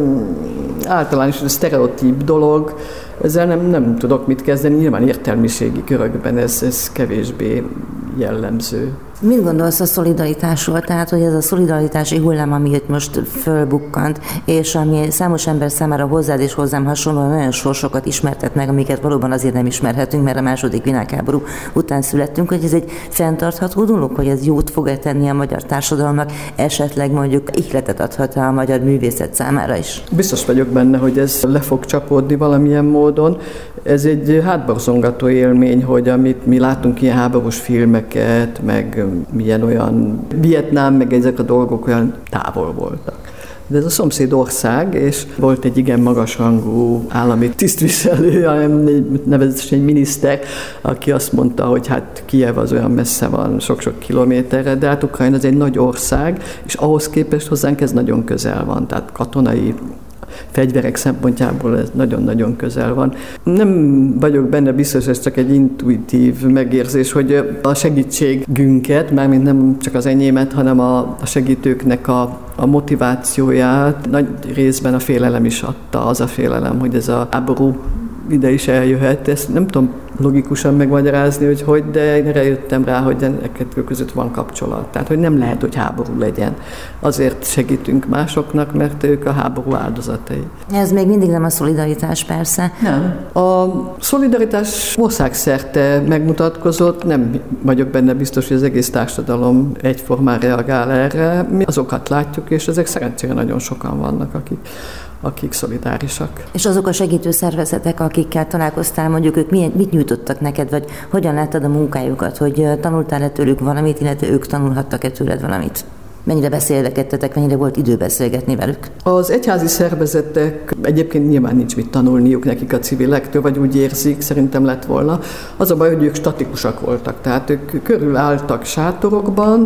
Speaker 11: általános sztereotíp dolog. Ezzel nem tudok mit kezdeni, nyilván értelmiségi körökben ez kevésbé jellemző.
Speaker 2: Mit gondolsz a szolidaritásról? Tehát, hogy ez a szolidaritási hullám, ami itt most fölbukkant, és ami számos ember számára hozzád és hozzám hasonlóan olyan sorsokat ismertet meg, amiket valóban azért nem ismerhetünk, mert a második világháború után születtünk, hogy ez egy fenntartható dolog, hogy ez jót fog tenni a magyar társadalomnak, esetleg mondjuk ihletet adhat a magyar művészet számára is.
Speaker 11: Biztos vagyok benne, hogy ez le fog csapódni valamilyen módon. Ez egy hátborzongató élmény, hogy amit mi látunk ilyen háborús filmeket, meg milyen olyan Vietnám, meg ezek a dolgok olyan távol voltak. De ez a szomszéd ország, és volt egy igen magasrangú állami tisztviselő, nevezetesen egy miniszter, aki azt mondta, hogy hát Kijev az olyan messze van, sok-sok kilométerre, de hát Ukrajna az egy nagy ország, és ahhoz képest hozzánk ez nagyon közel van, tehát katonai fegyverek szempontjából ez nagyon-nagyon közel van. Nem vagyok benne biztos, ez csak egy intuitív megérzés, hogy a segítségünket, mármint nem csak az enyémet, hanem a segítőknek a motivációját nagy részben a félelem is adta, az a félelem, hogy ez a háború ide is eljöhet. Ezt nem tudom logikusan megmagyarázni, hogy de én erre jöttem rá, hogy ennek között van kapcsolat. Tehát, hogy nem lehet, hogy háború legyen. Azért segítünk másoknak, mert ők a háború áldozatai.
Speaker 2: Ez még mindig nem a szolidaritás, persze.
Speaker 11: Nem. A szolidaritás országszerte megmutatkozott, nem vagyok benne biztos, hogy az egész társadalom egyformán reagál erre. Mi azokat látjuk, és ezek szerencsére nagyon sokan vannak, akik szolidárisak.
Speaker 2: És azok a segítő szervezetek, akikkel találkoztál, mondjuk ők mit nyújtottak neked, vagy hogyan láttad a munkájukat, hogy tanultál-e tőlük valamit, illetve ők tanulhattak-e tőled valamit? Mennyire beszélgettetek, mennyire volt idő beszélgetni velük?
Speaker 11: Az egyházi szervezetek egyébként nyilván nincs mit tanulniuk nekik a civilektől, vagy úgy érzik, szerintem lett volna. Az a baj, hogy ők statikusak voltak, tehát ők körülálltak sátorokban,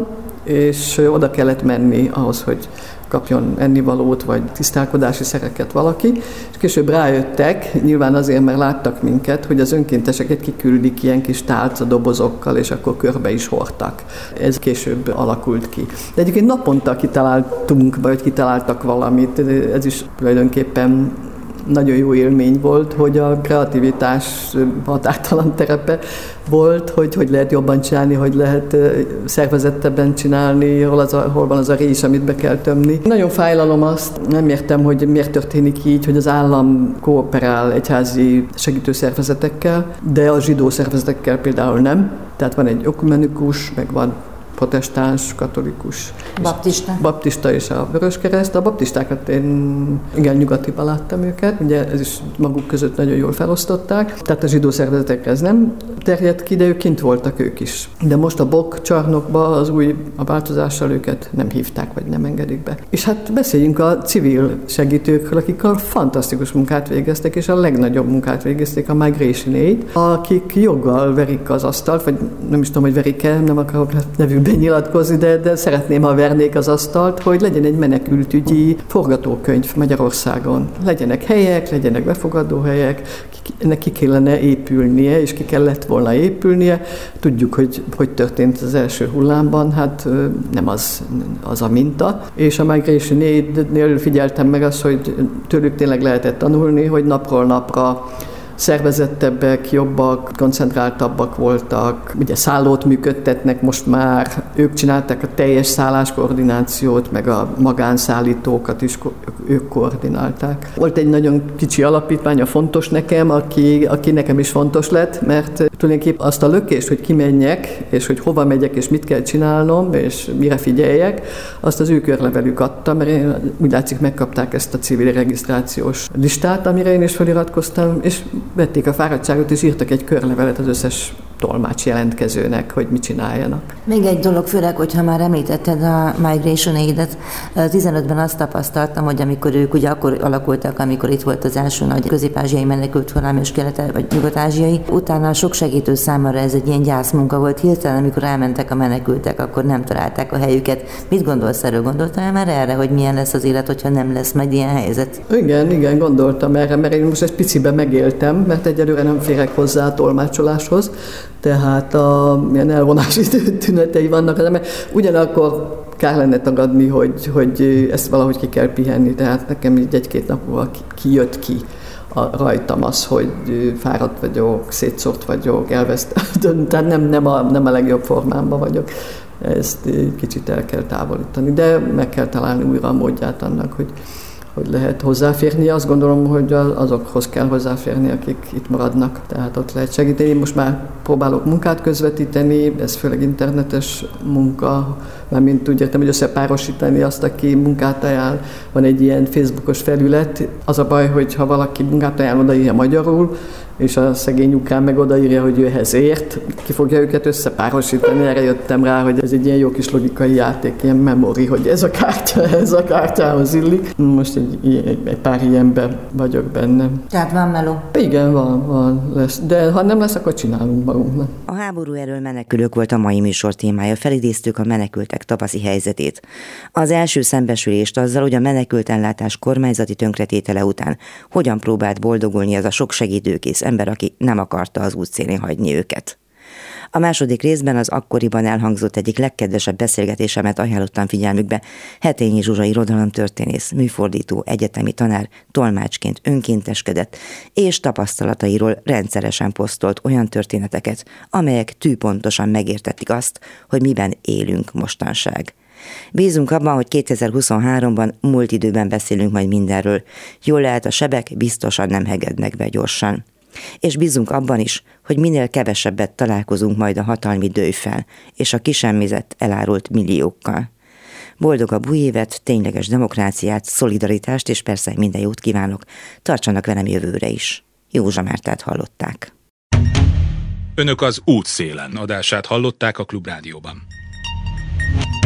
Speaker 11: és oda kellett menni ahhoz, hogy kapjon ennivalót, vagy tisztálkodási szereket valaki, és később rájöttek, nyilván azért, mert láttak minket, hogy az önkénteseket kiküldik ilyen kis tálcadobozokkal, és akkor körbe is hordtak. Ez később alakult ki. De egyébként naponta kitaláltunk, vagy kitaláltak valamit, ez is tulajdonképpen nagyon jó élmény volt, hogy a kreativitás határtalan terepe volt, hogy lehet jobban csinálni, hogy lehet szervezettebben csinálni, hol van az a rés, amit be kell tömni. Nagyon fájlalom azt, nem értem, hogy miért történik így, hogy az állam kooperál egyházi segítőszervezetekkel, de a zsidó szervezetekkel például nem. Tehát van egy ökumenikus, meg van protestáns, katolikus. Baptista és a Vöröskereszt. A baptistákat én igen nyugatiban láttam őket, ugye ez is maguk között nagyon jól felosztották. Tehát a zsidó szervezetekre ez nem terjedt ki, de ők kint voltak ők is. De most a Bok csarnokba a változással őket nem hívták, vagy nem engedik be. És hát beszéljünk a civil segítőkről, akik a fantasztikus munkát végeztek, és a legnagyobb munkát végezték, a Migration Aid, akik joggal verik az asztalt, vagy nem is tudom, hogy verik-e, nem akarok nevükbe benyilatkozni, de szeretném, ha vernék az asztalt, hogy legyen egy menekültügyi forgatókönyv Magyarországon. Legyenek helyek, legyenek befogadó helyek, ennek ki kellene épülnie, és ki kellett volna épülnie. Tudjuk, hogy történt az első hullámban, hát nem az a minta. És a Migration Aid-nél figyeltem meg azt, hogy tőlük tényleg lehetett tanulni, hogy napról napra szervezettebbek, jobbak, koncentráltabbak voltak, ugye szállót működtetnek most már, ők csinálták a teljes szálláskoordinációt, meg a magánszállítókat is ők koordinálták. Volt egy nagyon kicsi alapítvány, a Fontos Nekem, aki nekem is fontos lett, mert tulajdonképpen azt a lökést, hogy kimenjek, és hogy hova megyek, és mit kell csinálnom, és mire figyeljek, azt az ő körlevelük adta, mert úgy látszik megkapták ezt a civil regisztrációs listát, amire én is feliratkoztam, és vették a fáradtságot, és írtak egy körlevelet az összes tolmács jelentkezőnek, hogy mit csináljanak.
Speaker 2: Még egy dolog, főleg, hogyha már említetted a Migration Aid-et, 15-ben azt tapasztaltam, hogy amikor ők ugye akkor alakultak, amikor itt volt az első nagy közép-ázsiai menekült hullám és vagy nyugat-ázsiai, utána sok segítő számára ez egy ilyen gyászmunka volt. Hirtelen, amikor elmentek a menekültek, akkor nem találták a helyüket. Mit gondolsz erről? Gondoltál már erre, hogy milyen lesz az élet, hogyha nem lesz meg ilyen helyzet?
Speaker 11: Igen, gondoltam erre, mert én most egy piciben megéltem, mert egyelőre nem férek hozzá a tolmácsoláshoz, tehát ilyen elvonási tünetei vannak, de ugyanakkor kár lenne tagadni, hogy ezt valahogy ki kell pihenni, tehát nekem így egy-két nap múlva kijött ki rajtam az, hogy fáradt vagyok, szétszórt vagyok, elvesztem, tehát nem a legjobb formámban vagyok. Ezt kicsit el kell távolítani, de meg kell találni újra a módját annak, hogy lehet hozzáférni. Azt gondolom, hogy azokhoz kell hozzáférni, akik itt maradnak. Tehát ott lehet segíteni. Most már próbálok munkát közvetíteni, ez főleg internetes munka, mármint úgy értem, hogy összepárosítani azt, aki munkát ajánl. Van egy ilyen Facebookos felület. Az a baj, hogy ha valaki munkát ajánl, odaírja magyarul, és a szegény ukrán meg odaírja, hogy őhez ért, ki fogja őket összepárosítani. Erre jöttem rá, hogy ez egy ilyen jó kis logikai játék, ilyen memori, hogy ez a kártyához illik. Most egy pár ilyenben vagyok benne.
Speaker 2: Tehát van meló?
Speaker 11: Igen, van, lesz. De ha nem lesz, akkor csinálunk magunknak.
Speaker 2: A háború elől menekülők volt a mai műsor témája. Felidéztük a menekültek tavaszi helyzetét. Az első szembesülést azzal, hogy a menekültellátás kormányzati tönkretétele után hogyan próbált boldogulni az a sok segítőkész ember, aki nem akarta az útszélén hagyni őket. A második részben az akkoriban elhangzott egyik legkedvesebb beszélgetésemet ajánlottam figyelmükbe. Hetényi Zsuzsa irodalomtörténész, műfordító, egyetemi tanár, tolmácsként önkénteskedett, és tapasztalatairól rendszeresen posztolt olyan történeteket, amelyek tűpontosan megértették azt, hogy miben élünk mostanság. Bízunk abban, hogy 2023-ban múlt időben beszélünk majd mindenről. Jól lehet, a sebek biztosan nem hegednek be gyorsan. És bízunk abban is, hogy minél kevesebbet találkozunk majd a hatalmi dőjfel és a kisemmizett, elárult milliókkal. Boldogabb új évet, tényleges demokráciát, szolidaritást és persze minden jót kívánok. Tartsanak velem jövőre is. Józsa Mártát hallották.
Speaker 1: Önök az Útszélen adását hallották a Klubrádióban.